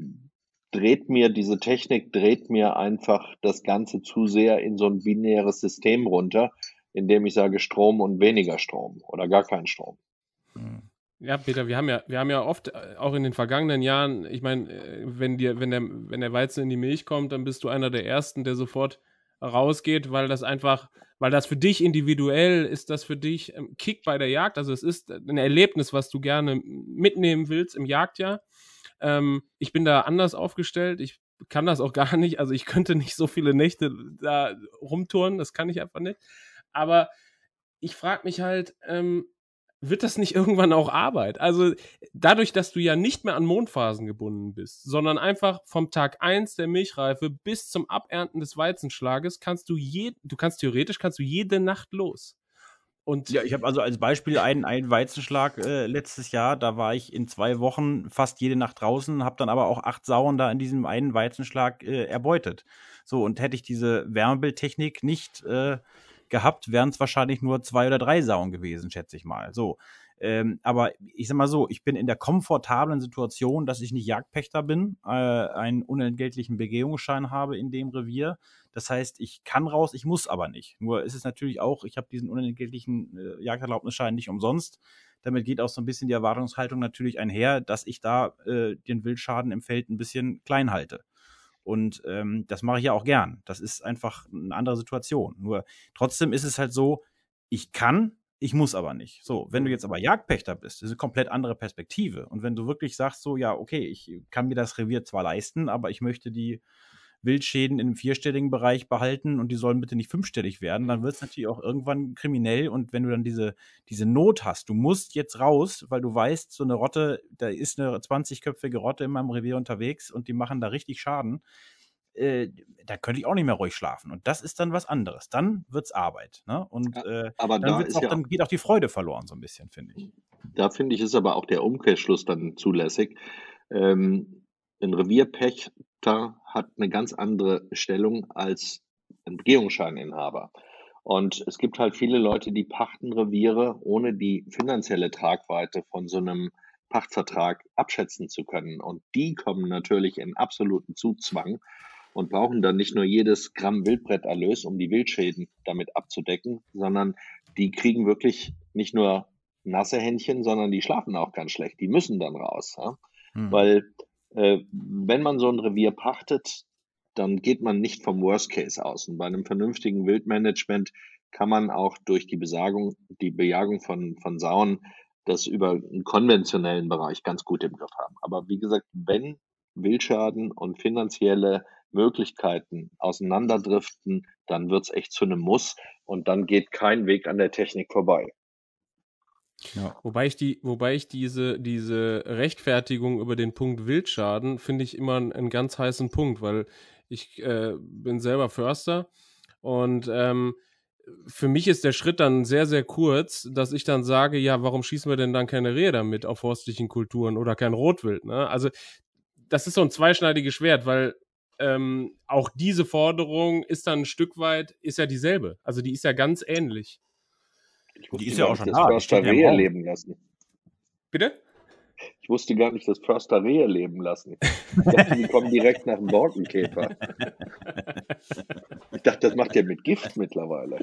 dreht mir, diese Technik dreht mir einfach das Ganze zu sehr in so ein binäres System runter, in dem ich sage Strom und weniger Strom oder gar kein Strom.
Ja, Peter, wir haben ja, wir haben ja oft, äh, auch in den vergangenen Jahren, ich meine, äh, wenn dir, wenn der, wenn der Weizen in die Milch kommt, dann bist du einer der Ersten, der sofort rausgeht, weil das einfach, weil das für dich individuell ist, das für dich ähm, Kick bei der Jagd, also es ist ein Erlebnis, was du gerne mitnehmen willst im Jagdjahr. Ähm, ich bin da anders aufgestellt, ich kann das auch gar nicht, also ich könnte nicht so viele Nächte da rumtouren, das kann ich einfach nicht, aber ich frage mich halt, ähm, wird das nicht irgendwann auch Arbeit? Also dadurch, dass du ja nicht mehr an Mondphasen gebunden bist, sondern einfach vom Tag eins der Milchreife bis zum Abernten des Weizenschlages kannst du je, du kannst theoretisch kannst du jede Nacht los. Und
ja, ich habe also als Beispiel einen, einen Weizenschlag äh, letztes Jahr, da war ich in zwei Wochen fast jede Nacht draußen, habe dann aber auch acht Sauen da in diesem einen Weizenschlag äh, erbeutet. So, und hätte ich diese Wärmebildtechnik nicht äh, gehabt, wären es wahrscheinlich nur zwei oder drei Sauen gewesen, schätze ich mal. So. Ähm, aber ich sag mal so, ich bin in der komfortablen Situation, dass ich nicht Jagdpächter bin, äh, einen unentgeltlichen Begehungsschein habe in dem Revier. Das heißt, ich kann raus, ich muss aber nicht. Nur ist es natürlich auch, ich habe diesen unentgeltlichen äh, Jagderlaubnisschein nicht umsonst. Damit geht auch so ein bisschen die Erwartungshaltung natürlich einher, dass ich da äh, den Wildschaden im Feld ein bisschen klein halte. Und ähm, das mache ich ja auch gern. Das ist einfach eine andere Situation. Nur trotzdem ist es halt so, ich kann, ich muss aber nicht. So, wenn du jetzt aber Jagdpächter bist, das ist eine komplett andere Perspektive. Und wenn du wirklich sagst so, ja, okay, ich kann mir das Revier zwar leisten, aber ich möchte die Wildschäden im vierstelligen Bereich behalten und die sollen bitte nicht fünfstellig werden, dann wird es natürlich auch irgendwann kriminell. Und wenn du dann diese, diese Not hast, du musst jetzt raus, weil du weißt, so eine Rotte, da ist eine zwanzigköpfige Rotte in meinem Revier unterwegs und die machen da richtig Schaden, äh, da könnte ich auch nicht mehr ruhig schlafen. Und das ist dann was anderes. Dann wird's Arbeit. Ne? Und äh,
Aber
dann
da
wird's
ist
auch,
ja,
dann geht auch die Freude verloren, so ein bisschen, finde ich.
da finde ich, ist aber auch der Umkehrschluss dann zulässig. Ähm, ein Revierpächter hat eine ganz andere Stellung als ein Begehungsscheininhaber. Und es gibt halt viele Leute, die pachten Reviere, ohne die finanzielle Tragweite von so einem Pachtvertrag abschätzen zu können. Und die kommen natürlich in absoluten Zugzwang und brauchen dann nicht nur jedes Gramm Wildbretterlös, um die Wildschäden damit abzudecken, sondern die kriegen wirklich nicht nur nasse Händchen, sondern die schlafen auch ganz schlecht. Die müssen dann raus. Ja?
Hm.
Weil äh, wenn man so ein Revier pachtet, dann geht man nicht vom Worst Case aus. Und bei einem vernünftigen Wildmanagement kann man auch durch die Besagung, die Bejagung von, von Sauen das über einen konventionellen Bereich ganz gut im Griff haben. Aber wie gesagt, wenn Wildschaden und finanzielle Möglichkeiten auseinanderdriften, dann wird's echt zu einem Muss und dann geht kein Weg an der Technik vorbei.
Ja.
Wobei ich die, wobei ich diese, diese Rechtfertigung über den Punkt Wildschaden finde ich immer einen, einen ganz heißen Punkt, weil ich äh, bin selber Förster und ähm, für mich ist der Schritt dann sehr, sehr kurz, dass ich dann sage, ja, warum schießen wir denn dann keine Rehe damit auf forstlichen Kulturen oder kein Rotwild? Ne? Also das ist so ein zweischneidiges Schwert, weil ähm, auch diese Forderung ist dann ein Stück weit, ist ja dieselbe. Also die ist ja ganz ähnlich.
Ich
Die
wusste
ist ja
gar
auch
nicht,
schon
dass
da, die
Förster
steht ja im
Rehe
Raum.
leben lassen.
Bitte?
Ich wusste gar nicht, dass Förster Rehe leben lassen. Ich dachte, die kommen direkt nach dem Borkenkäfer. Ich dachte, das macht ihr mit Gift mittlerweile.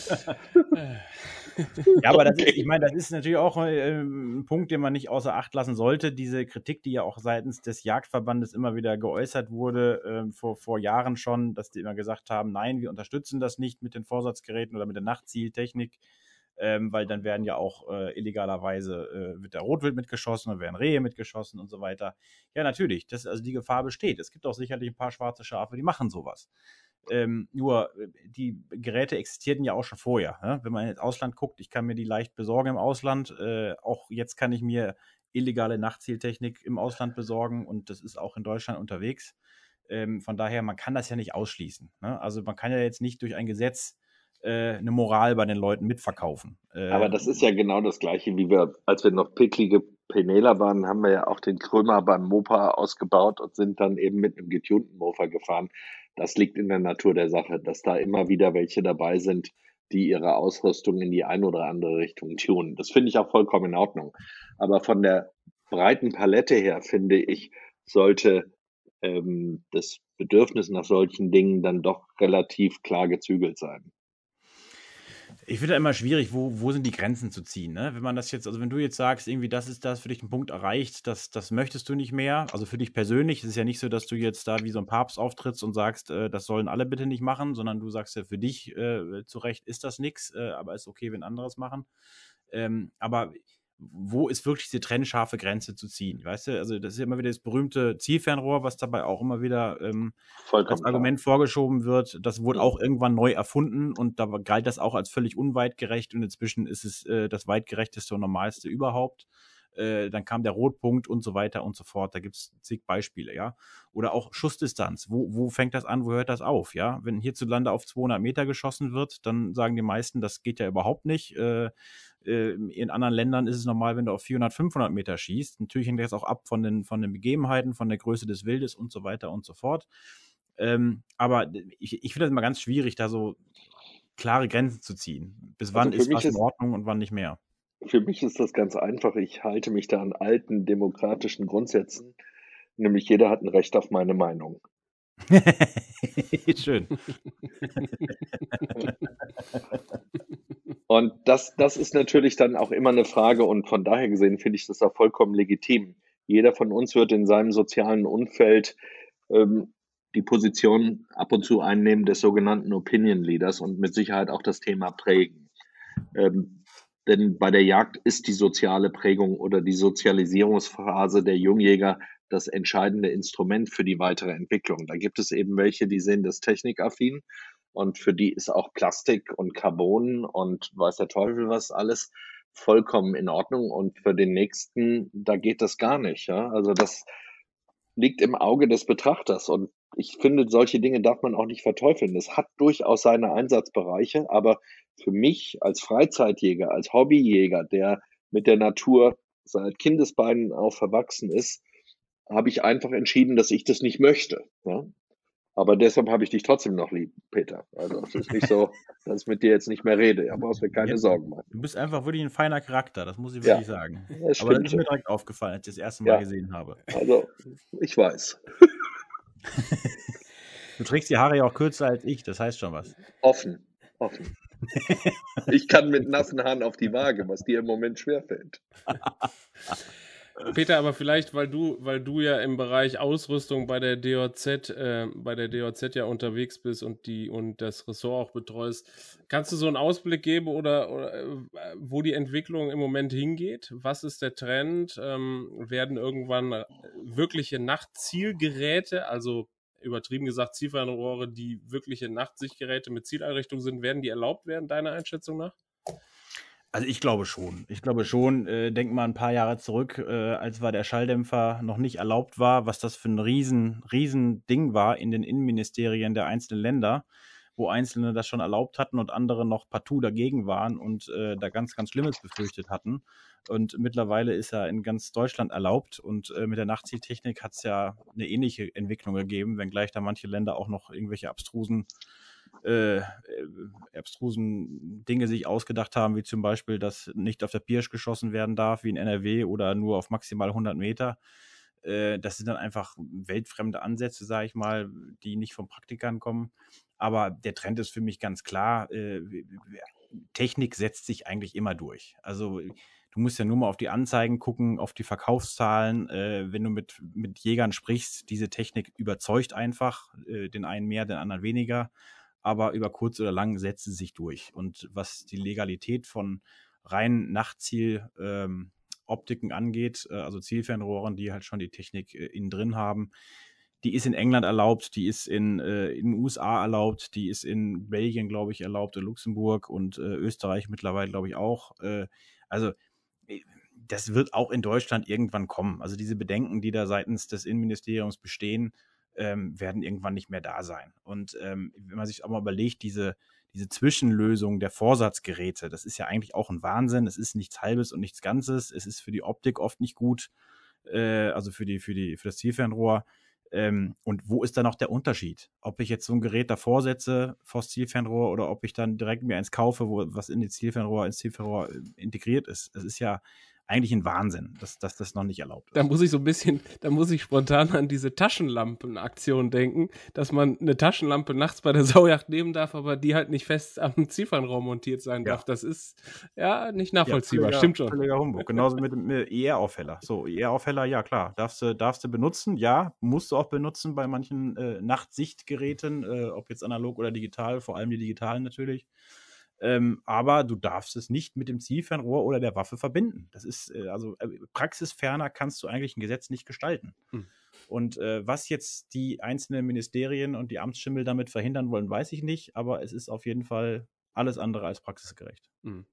Ja, aber das ist,
Okay.
ich meine, das ist natürlich auch äh, ein Punkt, den man nicht außer Acht lassen sollte. Diese Kritik, die ja auch seitens des Jagdverbandes immer wieder geäußert wurde, äh, vor, vor Jahren schon, dass die immer gesagt haben, nein, wir unterstützen das nicht mit den Vorsatzgeräten oder mit der Nachtzieltechnik, ähm, weil dann werden ja auch äh, illegalerweise äh, wird der Rotwild mitgeschossen und werden Rehe mitgeschossen und so weiter. Ja, natürlich, das, also die Gefahr besteht. Es gibt auch sicherlich ein paar schwarze Schafe, die machen sowas. Ähm, nur, die Geräte existierten ja auch schon vorher. Ne? Wenn man ins Ausland guckt, ich kann mir die leicht besorgen im Ausland. Äh, auch jetzt kann ich mir illegale Nachtzieltechnik im Ausland besorgen und das ist auch in Deutschland unterwegs. Ähm, von daher, man kann das ja nicht ausschließen. Ne? Also man kann ja jetzt nicht durch ein Gesetz äh, eine Moral bei den Leuten mitverkaufen. Äh,
Aber das ist ja genau das Gleiche, wie wir, als wir noch picklige Penela waren, haben wir ja auch den Krömer beim Mopa ausgebaut und sind dann eben mit einem getunten Mofa gefahren. Das liegt in der Natur der Sache, dass da immer wieder welche dabei sind, die ihre Ausrüstung in die eine oder andere Richtung tunen. Das finde ich auch vollkommen in Ordnung. Aber von der breiten Palette her, finde ich, sollte ähm, das Bedürfnis nach solchen Dingen dann doch relativ klar gezügelt sein.
Ich finde da immer schwierig, wo, wo sind die Grenzen zu ziehen, ne? Wenn man das jetzt, also wenn du jetzt sagst, irgendwie, das ist das, für dich ein Punkt erreicht, das, das möchtest du nicht mehr, also für dich persönlich, es ist ja nicht so, dass du jetzt da wie so ein Papst auftrittst und sagst, äh, das sollen alle bitte nicht machen, sondern du sagst ja, für dich äh, zu Recht ist das nichts, äh, aber ist okay, wenn andere es machen. Ähm, aber wo ist wirklich diese trennscharfe Grenze zu ziehen, weißt du? Also das ist ja immer wieder das berühmte Zielfernrohr, was dabei auch immer wieder ähm, als
Vollkommen klar.
Argument vorgeschoben wird. Das wurde
Mhm.
auch irgendwann neu erfunden und da galt das auch als völlig unweitgerecht und inzwischen ist es äh, das weitgerechteste und normalste überhaupt. Äh, dann kam der Rotpunkt und so weiter und so fort. Da gibt es zig Beispiele, ja. Oder auch Schussdistanz. Wo, wo fängt das an, wo hört das auf, ja? Wenn hierzulande auf zweihundert Meter geschossen wird, dann sagen die meisten, das geht ja überhaupt nicht. Äh, in anderen Ländern ist es normal, wenn du auf vierhundert, fünfhundert Meter schießt. Natürlich hängt das auch ab von den, von den Begebenheiten, von der Größe des Wildes und so weiter und so fort. Ähm, aber ich, ich finde das immer ganz schwierig, da so klare Grenzen zu ziehen. Bis wann
Also für
ist
mich
was in
ist,
Ordnung und wann nicht mehr?
für mich ist das ganz einfach. Ich halte mich da an alten demokratischen Grundsätzen, nämlich jeder hat ein Recht auf meine Meinung.
Schön.
Und das, das ist natürlich dann auch immer eine Frage und von daher gesehen finde ich das auch vollkommen legitim. Jeder von uns wird in seinem sozialen Umfeld ähm, die Position ab und zu einnehmen des sogenannten Opinion Leaders und mit Sicherheit auch das Thema prägen. Ähm, denn bei der Jagd ist die soziale Prägung oder die Sozialisierungsphase der Jungjäger das entscheidende Instrument für die weitere Entwicklung. Da gibt es eben welche, die sehen das technikaffin und für die ist auch Plastik und Carbon und weiß der Teufel was alles vollkommen in Ordnung und für den nächsten, da geht das gar nicht. Ja? Also das liegt im Auge des Betrachters und ich finde, solche Dinge darf man auch nicht verteufeln. Es hat durchaus seine Einsatzbereiche, aber für mich als Freizeitjäger, als Hobbyjäger, der mit der Natur seit Kindesbeinen auf verwachsen ist, habe ich einfach entschieden, dass ich das nicht möchte. Ja? Aber deshalb habe ich dich trotzdem noch lieb, Peter. Also es ist nicht so, dass ich mit dir jetzt nicht mehr rede. Da brauchst du mir keine
Ja,
Sorgen machen.
Du bist einfach wirklich ein feiner Charakter, das muss ich
Ja,
wirklich sagen.
das
Aber das
stimmt
ist mir
so.
direkt aufgefallen, als ich das erste Mal
Ja,
gesehen habe.
also ich weiß.
Du trägst die Haare ja auch kürzer als ich, das heißt schon was.
Offen, offen. Ich kann mit nassen Haaren auf die Waage, was dir im Moment schwerfällt.
Peter, aber vielleicht, weil du, weil du ja im Bereich Ausrüstung bei der D J Z, äh, bei der D J Z ja unterwegs bist und die und das Ressort auch betreust, kannst du so einen Ausblick geben oder, oder äh, wo die Entwicklung im Moment hingeht? Was ist der Trend? Ähm, werden irgendwann äh, wirkliche Nachtzielgeräte, also übertrieben gesagt Zielfernrohre, die wirkliche Nachtsichtgeräte mit Zieleinrichtung sind, werden die erlaubt werden, deiner Einschätzung nach?
Also ich glaube schon. Ich glaube schon, äh, denk mal ein paar Jahre zurück, äh, als war der Schalldämpfer noch nicht erlaubt war, was das für ein riesen, riesen Ding war in den Innenministerien der einzelnen Länder, wo Einzelne das schon erlaubt hatten und andere noch partout dagegen waren und äh, da ganz, ganz Schlimmes befürchtet hatten. Und mittlerweile ist er in ganz Deutschland erlaubt und äh, mit der Nachtsichttechnik hat es ja eine ähnliche Entwicklung gegeben, wenngleich da manche Länder auch noch irgendwelche abstrusen Äh, äh, abstrusen Dinge sich ausgedacht haben, wie zum Beispiel, dass nicht auf der Pirsch geschossen werden darf, wie in N R W oder nur auf maximal hundert Meter. Äh, das sind dann einfach weltfremde Ansätze, sage ich mal, die nicht von Praktikern kommen. Aber der Trend ist für mich ganz klar, äh, Technik setzt sich eigentlich immer durch. Also du musst ja nur mal auf die Anzeigen gucken, auf die Verkaufszahlen. Äh, wenn du mit, mit Jägern sprichst, diese Technik überzeugt einfach, äh, den einen mehr, den anderen weniger. Aber über kurz oder lang setzt sie sich durch. Und was die Legalität von rein Nachtziel-Optiken ähm, angeht, äh, also Zielfernrohren, die halt schon die Technik äh, innen drin haben, die ist in England erlaubt, die ist in, äh, in den U S A erlaubt, die ist in Belgien, glaube ich, erlaubt, in Luxemburg und äh, Österreich mittlerweile, glaube ich, auch. Äh, also das wird auch in Deutschland irgendwann kommen. Also diese Bedenken, die da seitens des Innenministeriums bestehen, ähm, werden irgendwann nicht mehr da sein. Und ähm, wenn man sich auch mal überlegt, diese, diese Zwischenlösung der Vorsatzgeräte, das ist ja eigentlich auch ein Wahnsinn. Es ist nichts Halbes und nichts Ganzes. Es ist für die Optik oft nicht gut, äh, also für, die, für, die, für das Zielfernrohr. Ähm, und wo ist da noch der Unterschied? Ob ich jetzt so ein Gerät davor setze, vor das Zielfernrohr, oder ob ich dann direkt mir eins kaufe, wo was in die Zielfernrohr, ins Zielfernrohr integriert ist. Es ist ja eigentlich ein Wahnsinn, dass, dass das noch nicht erlaubt ist.
Da muss ich so ein bisschen, da muss ich spontan an diese Taschenlampenaktion denken, dass man eine Taschenlampe nachts bei der Saujagd nehmen darf, aber die halt nicht fest am Zielfernrohr montiert sein darf.
Ja.
Das ist ja nicht nachvollziehbar,
ja, völliger,
stimmt schon.
Völliger Humbug. Genauso mit dem E R-Aufheller. So, E R-Aufheller, ja klar, darfst du, darfst du benutzen, ja, musst du auch benutzen bei manchen äh, Nachtsichtgeräten, äh, ob jetzt analog oder digital, vor allem die digitalen natürlich. Ähm, aber du darfst es nicht mit dem Zielfernrohr oder der Waffe verbinden. Das ist, äh, also äh, praxisferner kannst du eigentlich ein Gesetz nicht gestalten. Hm. Und äh, was jetzt die einzelnen Ministerien und die Amtsschimmel damit verhindern wollen, weiß ich nicht, aber es ist auf jeden Fall alles andere als praxisgerecht. Hm.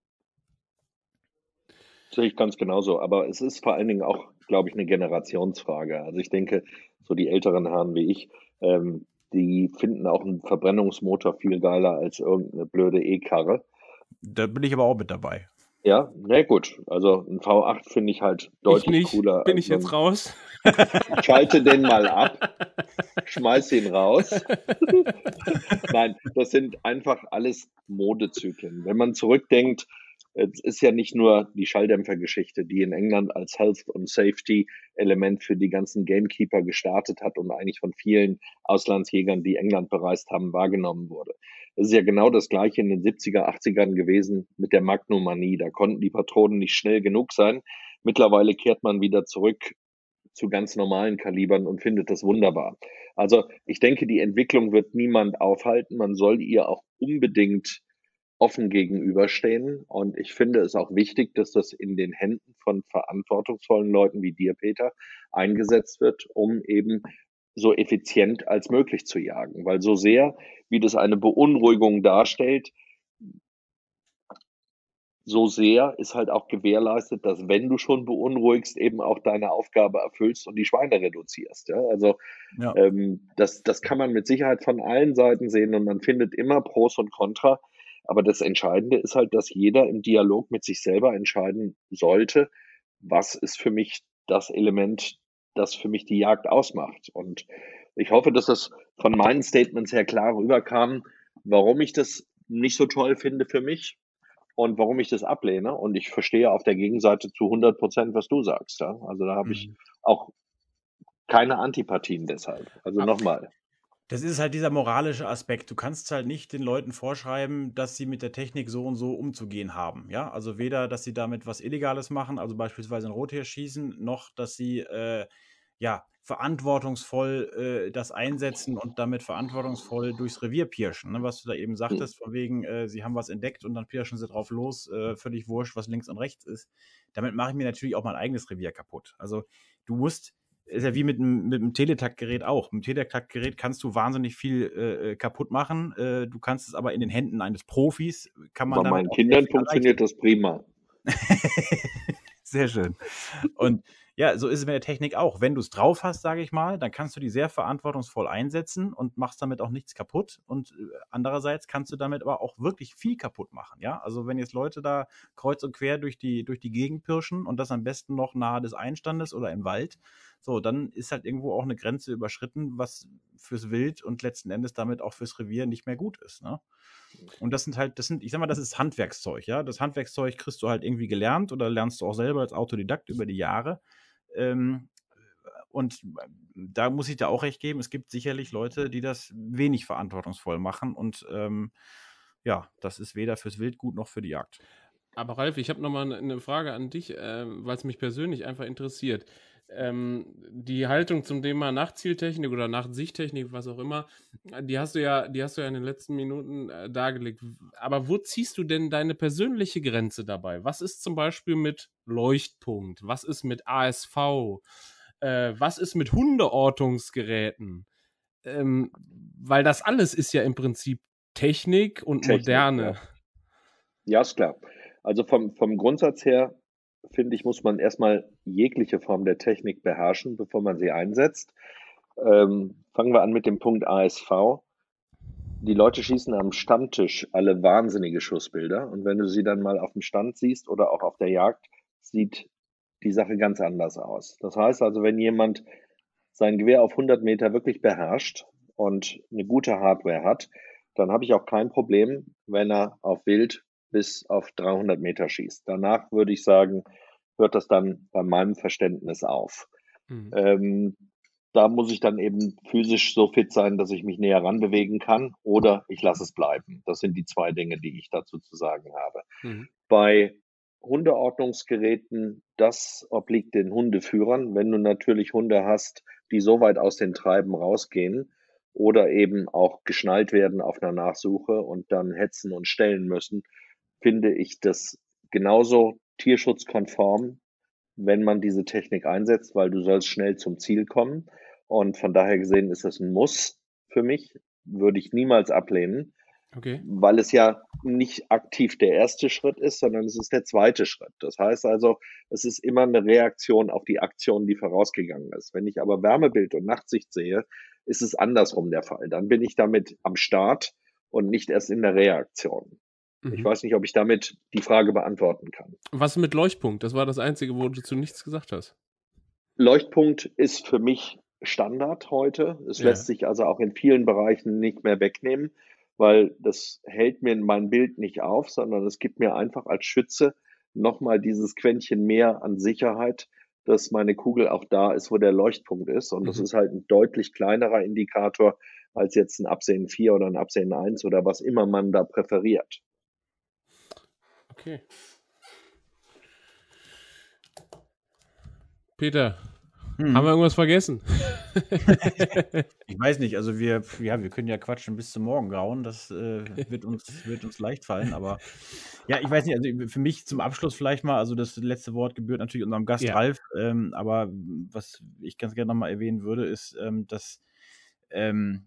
Sehe ich ganz genauso. Aber es ist vor allen Dingen auch, glaube ich, eine Generationsfrage. Also ich denke, so die älteren Herren wie ich, ähm, die finden auch einen Verbrennungsmotor viel geiler als irgendeine blöde E-Karre.
Da bin ich aber auch mit dabei.
Ja, na gut. Also ein V acht finde ich halt deutlich
ich nicht.
cooler.
Bin
als
ich jetzt
ein,
raus?
Ich schalte den mal ab, schmeiß ihn raus. Nein, das sind einfach alles Modezyklen. Wenn man zurückdenkt, es ist ja nicht nur die Schalldämpfergeschichte, die in England als Health- und Safety-Element für die ganzen Gamekeeper gestartet hat und eigentlich von vielen Auslandsjägern, die England bereist haben, wahrgenommen wurde. Es ist ja genau das Gleiche in den siebziger, achtzigern gewesen mit der Magnumanie. Da konnten die Patronen nicht schnell genug sein. Mittlerweile kehrt man wieder zurück zu ganz normalen Kalibern und findet das wunderbar. Also ich denke, die Entwicklung wird niemand aufhalten. Man soll ihr auch unbedingt offen gegenüberstehen. Und ich finde es auch wichtig, dass das in den Händen von verantwortungsvollen Leuten wie dir, Peter, eingesetzt wird, um eben so effizient als möglich zu jagen. Weil so sehr, wie das eine Beunruhigung darstellt, so sehr ist halt auch gewährleistet, dass wenn du schon beunruhigst, eben auch deine Aufgabe erfüllst und die Schweine reduzierst. Ja? Also
Ja.
ähm, das, das kann man mit Sicherheit von allen Seiten sehen und man findet immer Pros und Contra. Aber das Entscheidende ist halt, dass jeder im Dialog mit sich selber entscheiden sollte, was ist für mich das Element, das für mich die Jagd ausmacht. Und ich hoffe, dass das von meinen Statements her klar rüberkam, warum ich das nicht so toll finde für mich und warum ich das ablehne. Und ich verstehe auf der Gegenseite zu hundert Prozent, was du sagst. Ja? Also da habe ich
Mhm.
auch keine Antipathien deshalb. Also
Ab-
nochmal.
Das ist halt dieser moralische Aspekt. Du kannst halt nicht den Leuten vorschreiben, dass sie mit der Technik so und so umzugehen haben. Ja, also weder, dass sie damit was Illegales machen, also beispielsweise ein Rottier schießen, noch, dass sie äh, ja verantwortungsvoll äh, das einsetzen und damit verantwortungsvoll durchs Revier pirschen. Ne? Was du da eben
Hm.
sagtest, von wegen, äh, sie haben was entdeckt und dann pirschen sie drauf los, äh, völlig wurscht, was links und rechts ist. Damit mache ich mir natürlich auch mein eigenes Revier kaputt. Also du musst ist ja wie mit einem, mit einem Teletaktgerät auch. Mit dem Teletaktgerät kannst du wahnsinnig viel äh, kaputt machen. Äh, du kannst es aber in den Händen eines Profis, kann man
Bei
damit
meinen
auch sehr
Kindern
viel erreichen.
funktioniert das prima.
Sehr schön. Und ja, so ist es mit der Technik auch. Wenn du es drauf hast, sage ich mal, dann kannst du die sehr verantwortungsvoll einsetzen und machst damit auch nichts kaputt. Und äh, andererseits kannst du damit aber auch wirklich viel kaputt machen. Ja, also wenn jetzt Leute da kreuz und quer durch die, durch die Gegend pirschen und das am besten noch nahe des Einstandes oder im Wald, so, dann ist halt irgendwo auch eine Grenze überschritten, was fürs Wild und letzten Endes damit auch fürs Revier nicht mehr gut ist. Ne? Und das sind halt, das sind, ich sag mal, das ist Handwerkszeug, ja. Das Handwerkszeug kriegst du halt irgendwie gelernt oder lernst du auch selber als Autodidakt über die Jahre. Ähm, und da muss ich dir auch recht geben, es gibt sicherlich Leute, die das wenig verantwortungsvoll machen und ähm, ja, das ist weder fürs Wildgut noch für die Jagd.
Aber Ralf, ich habe nochmal eine Frage an dich, ähm, weil es mich persönlich einfach interessiert. Ähm, die Haltung zum Thema Nachzieltechnik oder Nachtsichttechnik, was auch immer, die hast du ja, die hast du ja in den letzten Minuten äh, dargelegt. Aber wo ziehst du denn deine persönliche Grenze dabei? Was ist zum Beispiel mit Leuchtpunkt? Was ist mit A S V? Äh, was ist mit Hundeortungsgeräten? Ähm, weil das alles ist ja im Prinzip Technik und
Technik,
moderne.
ja. Ja, ist klar. Also vom, vom Grundsatz her, finde ich, muss man erstmal jegliche Form der Technik beherrschen, bevor man sie einsetzt. Ähm, fangen wir an mit dem Punkt A S V. Die Leute schießen am Stammtisch alle wahnsinnige Schussbilder. Und wenn du sie dann mal auf dem Stand siehst oder auch auf der Jagd, sieht die Sache ganz anders aus. Das heißt also, wenn jemand sein Gewehr auf hundert Meter wirklich beherrscht und eine gute Hardware hat, dann habe ich auch kein Problem, wenn er auf Wild bis auf dreihundert Meter schießt. Danach würde ich sagen, hört das dann bei meinem Verständnis auf.
Mhm.
Ähm, da muss ich dann eben physisch so fit sein, dass ich mich näher ranbewegen kann oder ich lasse es bleiben. Das sind die zwei Dinge, die ich dazu zu sagen habe.
Mhm.
Bei Hundeordnungsgeräten, das obliegt den Hundeführern. Wenn du natürlich Hunde hast, die so weit aus den Treiben rausgehen oder eben auch geschnallt werden auf einer Nachsuche und dann hetzen und stellen müssen, finde ich das genauso tierschutzkonform, wenn man diese Technik einsetzt, weil du sollst schnell zum Ziel kommen. Und von daher gesehen ist das ein Muss für mich, würde ich niemals ablehnen,
Okay.
weil es ja nicht aktiv der erste Schritt ist, sondern es ist der zweite Schritt. Das heißt also, es ist immer eine Reaktion auf die Aktion, die vorausgegangen ist. Wenn ich aber Wärmebild und Nachtsicht sehe, ist es andersrum der Fall. Dann bin ich damit am Start und nicht erst in der Reaktion. Ich
Mhm.
weiß nicht, ob ich damit die Frage beantworten kann.
Was mit Leuchtpunkt? Das war das Einzige, wo du zu nichts gesagt hast.
Leuchtpunkt ist für mich Standard heute. Es
Ja.
lässt sich also auch in vielen Bereichen nicht mehr wegnehmen, weil das hält mir mein Bild nicht auf, sondern es gibt mir einfach als Schütze nochmal dieses Quäntchen mehr an Sicherheit, dass meine Kugel auch da ist, wo der Leuchtpunkt ist. Und das
Mhm.
ist halt ein deutlich kleinerer Indikator als jetzt ein Absehen vier oder ein Absehen eins oder was immer man da präferiert.
Okay. Peter, Hm. Haben wir irgendwas vergessen?
Ich weiß nicht, also wir, ja, wir können ja quatschen bis zum Morgengrauen, das äh, wird, uns, wird uns leicht fallen, aber ja, ich weiß nicht, also für mich zum Abschluss vielleicht mal, also das letzte Wort gebührt natürlich unserem Gast
Ja.
Ralf, ähm, aber was ich ganz gerne nochmal erwähnen würde, ist, ähm, dass ähm,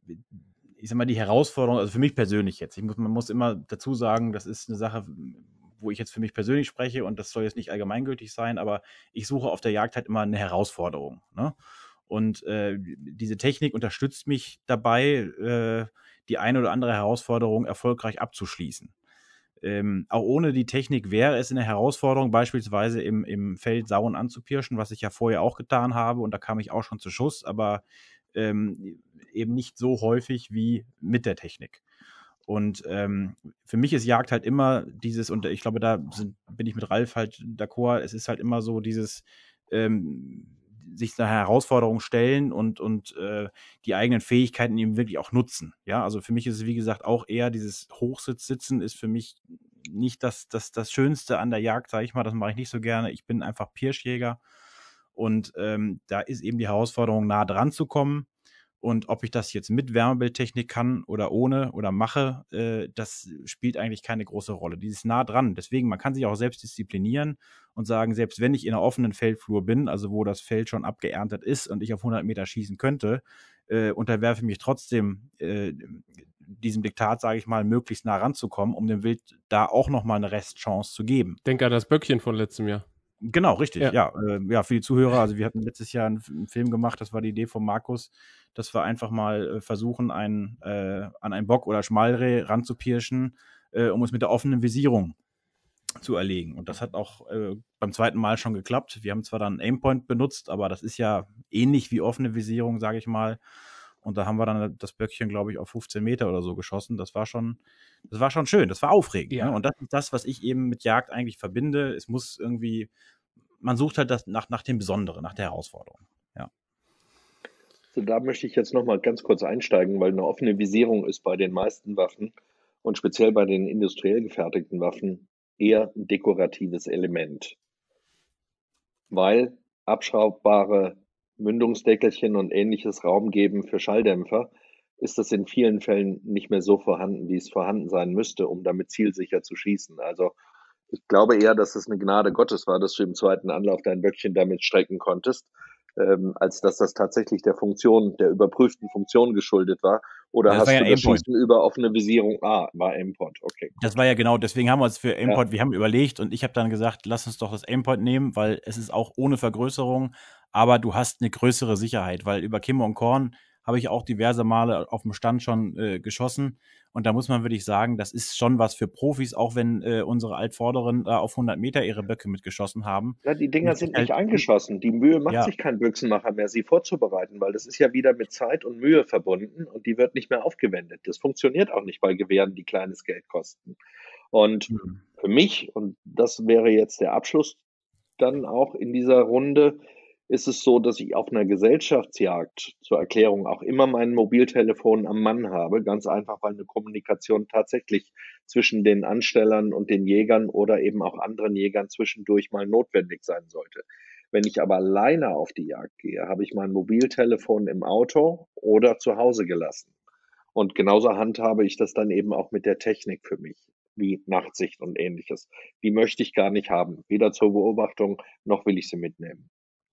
ich sag mal, die Herausforderung, also für mich persönlich jetzt, ich muss, man muss immer dazu sagen, das ist eine Sache, wo ich jetzt für mich persönlich spreche und das soll jetzt nicht allgemeingültig sein, aber ich suche auf der Jagd halt immer eine Herausforderung, ne? Und äh, diese Technik unterstützt mich dabei, äh, die eine oder andere Herausforderung erfolgreich abzuschließen. Ähm, auch ohne die Technik wäre es eine Herausforderung, beispielsweise im, im Feld Sauen anzupirschen, was ich ja vorher auch getan habe und da kam ich auch schon zu Schuss, aber ähm, eben nicht so häufig wie mit der Technik. Und ähm, für mich ist Jagd halt immer dieses, und ich glaube, da sind, bin ich mit Ralf halt d'accord, es ist halt immer so dieses ähm, sich einer Herausforderung stellen und, und äh, die eigenen Fähigkeiten eben wirklich auch nutzen. Ja, also für mich ist es, wie gesagt, auch eher dieses Hochsitzen ist für mich nicht das, das, das Schönste an der Jagd, sage ich mal, das mache ich nicht so gerne. Ich bin einfach Pirschjäger und ähm, da ist eben die Herausforderung, nah dran zu kommen. Und ob ich das jetzt mit Wärmebildtechnik kann oder ohne oder mache, äh, das spielt eigentlich keine große Rolle. Dieses nah dran. Deswegen, man kann sich auch selbst disziplinieren und sagen, selbst wenn ich in einer offenen Feldflur bin, also wo das Feld schon abgeerntet ist und ich auf hundert Meter schießen könnte, äh, unterwerfe mich trotzdem äh, diesem Diktat, sage ich mal, möglichst nah ranzukommen, um dem Wild da auch nochmal eine Restchance zu geben.
Denk an das Böckchen von letztem Jahr.
Genau, richtig. Ja, ja, äh, ja, für die Zuhörer, also wir hatten letztes Jahr einen, einen Film gemacht, das war die Idee von Markus, dass wir einfach mal äh, versuchen, ein, äh, an einen Bock oder Schmalreh ranzupirschen, äh, um uns mit der offenen Visierung zu erlegen. Und das hat auch äh, beim zweiten Mal schon geklappt. Wir haben zwar dann Aimpoint benutzt, aber das ist ja ähnlich wie offene Visierung, sage ich mal. Und da haben wir dann das Böckchen, glaube ich, auf fünfzehn Meter oder so geschossen. Das war schon, das war schon schön, das war aufregend.
Ja.
Ne? Und das ist das, was ich eben mit Jagd eigentlich verbinde. Es muss irgendwie, man sucht halt das nach, nach dem Besonderen, nach der Herausforderung. Ja.
So, da möchte ich jetzt noch mal ganz kurz einsteigen, weil eine offene Visierung ist bei den meisten Waffen und speziell bei den industriell gefertigten Waffen eher ein dekoratives Element. Weil abschraubbare Mündungsdeckelchen und ähnliches Raum geben für Schalldämpfer, ist das in vielen Fällen nicht mehr so vorhanden, wie es vorhanden sein müsste, um damit zielsicher zu schießen. Also ich glaube eher, dass es eine Gnade Gottes war, dass du im zweiten Anlauf dein Böckchen damit strecken konntest, ähm, als dass das tatsächlich der Funktion, der überprüften Funktion geschuldet war. Oder
Das
hast
war ja
du das
Aimpoint.
Schießen über offene Visierung? Ah, war Aimpoint, okay.
Das war ja genau, deswegen haben wir uns für Aimpoint, ja. wir haben überlegt und ich habe dann gesagt, lass uns doch das Aimpoint nehmen, weil es ist auch ohne Vergrößerung, aber du hast eine größere Sicherheit, weil über Kimmer und Korn habe ich auch diverse Male auf dem Stand schon äh, geschossen und da muss man wirklich sagen, das ist schon was für Profis, auch wenn äh, unsere Altvorderen da auf hundert Meter ihre Böcke mitgeschossen haben.
Ja, die Dinger
Mit
sind
Sicherheit-
nicht eingeschossen. Die Mühe macht
Ja.
sich kein Büchsenmacher mehr, sie vorzubereiten, weil das ist ja wieder mit Zeit und Mühe verbunden und die wird nicht mehr aufgewendet. Das funktioniert auch nicht bei Gewehren, die kleines Geld kosten. Und
Mhm.
für mich, und das wäre jetzt der Abschluss dann auch in dieser Runde, ist es so, dass ich auf einer Gesellschaftsjagd zur Erklärung auch immer mein Mobiltelefon am Mann habe. Ganz einfach, weil eine Kommunikation tatsächlich zwischen den Anstellern und den Jägern oder eben auch anderen Jägern zwischendurch mal notwendig sein sollte. Wenn ich aber alleine auf die Jagd gehe, habe ich mein Mobiltelefon im Auto oder zu Hause gelassen. Und genauso handhabe ich das dann eben auch mit der Technik für mich, wie Nachtsicht und ähnliches. Die möchte ich gar nicht haben, weder zur Beobachtung, noch will ich sie mitnehmen.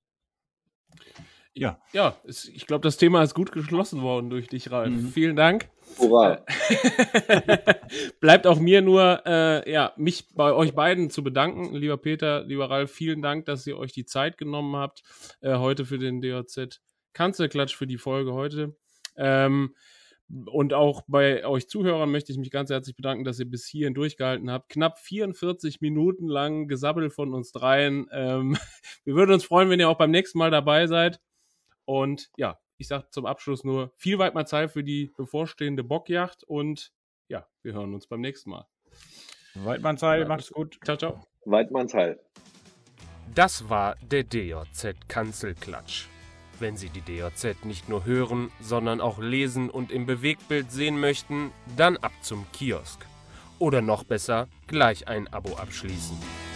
Ja.
Ja, es, ich glaube, das Thema ist gut geschlossen worden durch dich, Ralf.
Mhm.
Vielen Dank.
Hurra.
Äh, bleibt auch mir nur, äh, ja, mich bei euch beiden zu bedanken. Lieber Peter, lieber Ralf, vielen Dank, dass ihr euch die Zeit genommen habt, äh, heute für den D J Z Kanzelklatsch für die Folge heute. Ähm, und auch bei euch Zuhörern möchte ich mich ganz herzlich bedanken, dass ihr bis hierhin durchgehalten habt. Knapp vierundvierzig Minuten lang Gesabbel von uns dreien. Ähm, wir würden uns freuen, wenn ihr auch beim nächsten Mal dabei seid. Und ja, ich sage zum Abschluss nur viel Weidmannsheil für die bevorstehende Bockjagd und ja, wir hören uns beim nächsten Mal.
Weidmannsheil, macht's gut.
Ciao, ciao.
Weidmannsheil.
Das war der D J Z Kanzelklatsch. Wenn Sie die D J Z nicht nur hören, sondern auch lesen und im Bewegtbild sehen möchten, dann ab zum Kiosk. Oder noch besser, gleich ein Abo abschließen.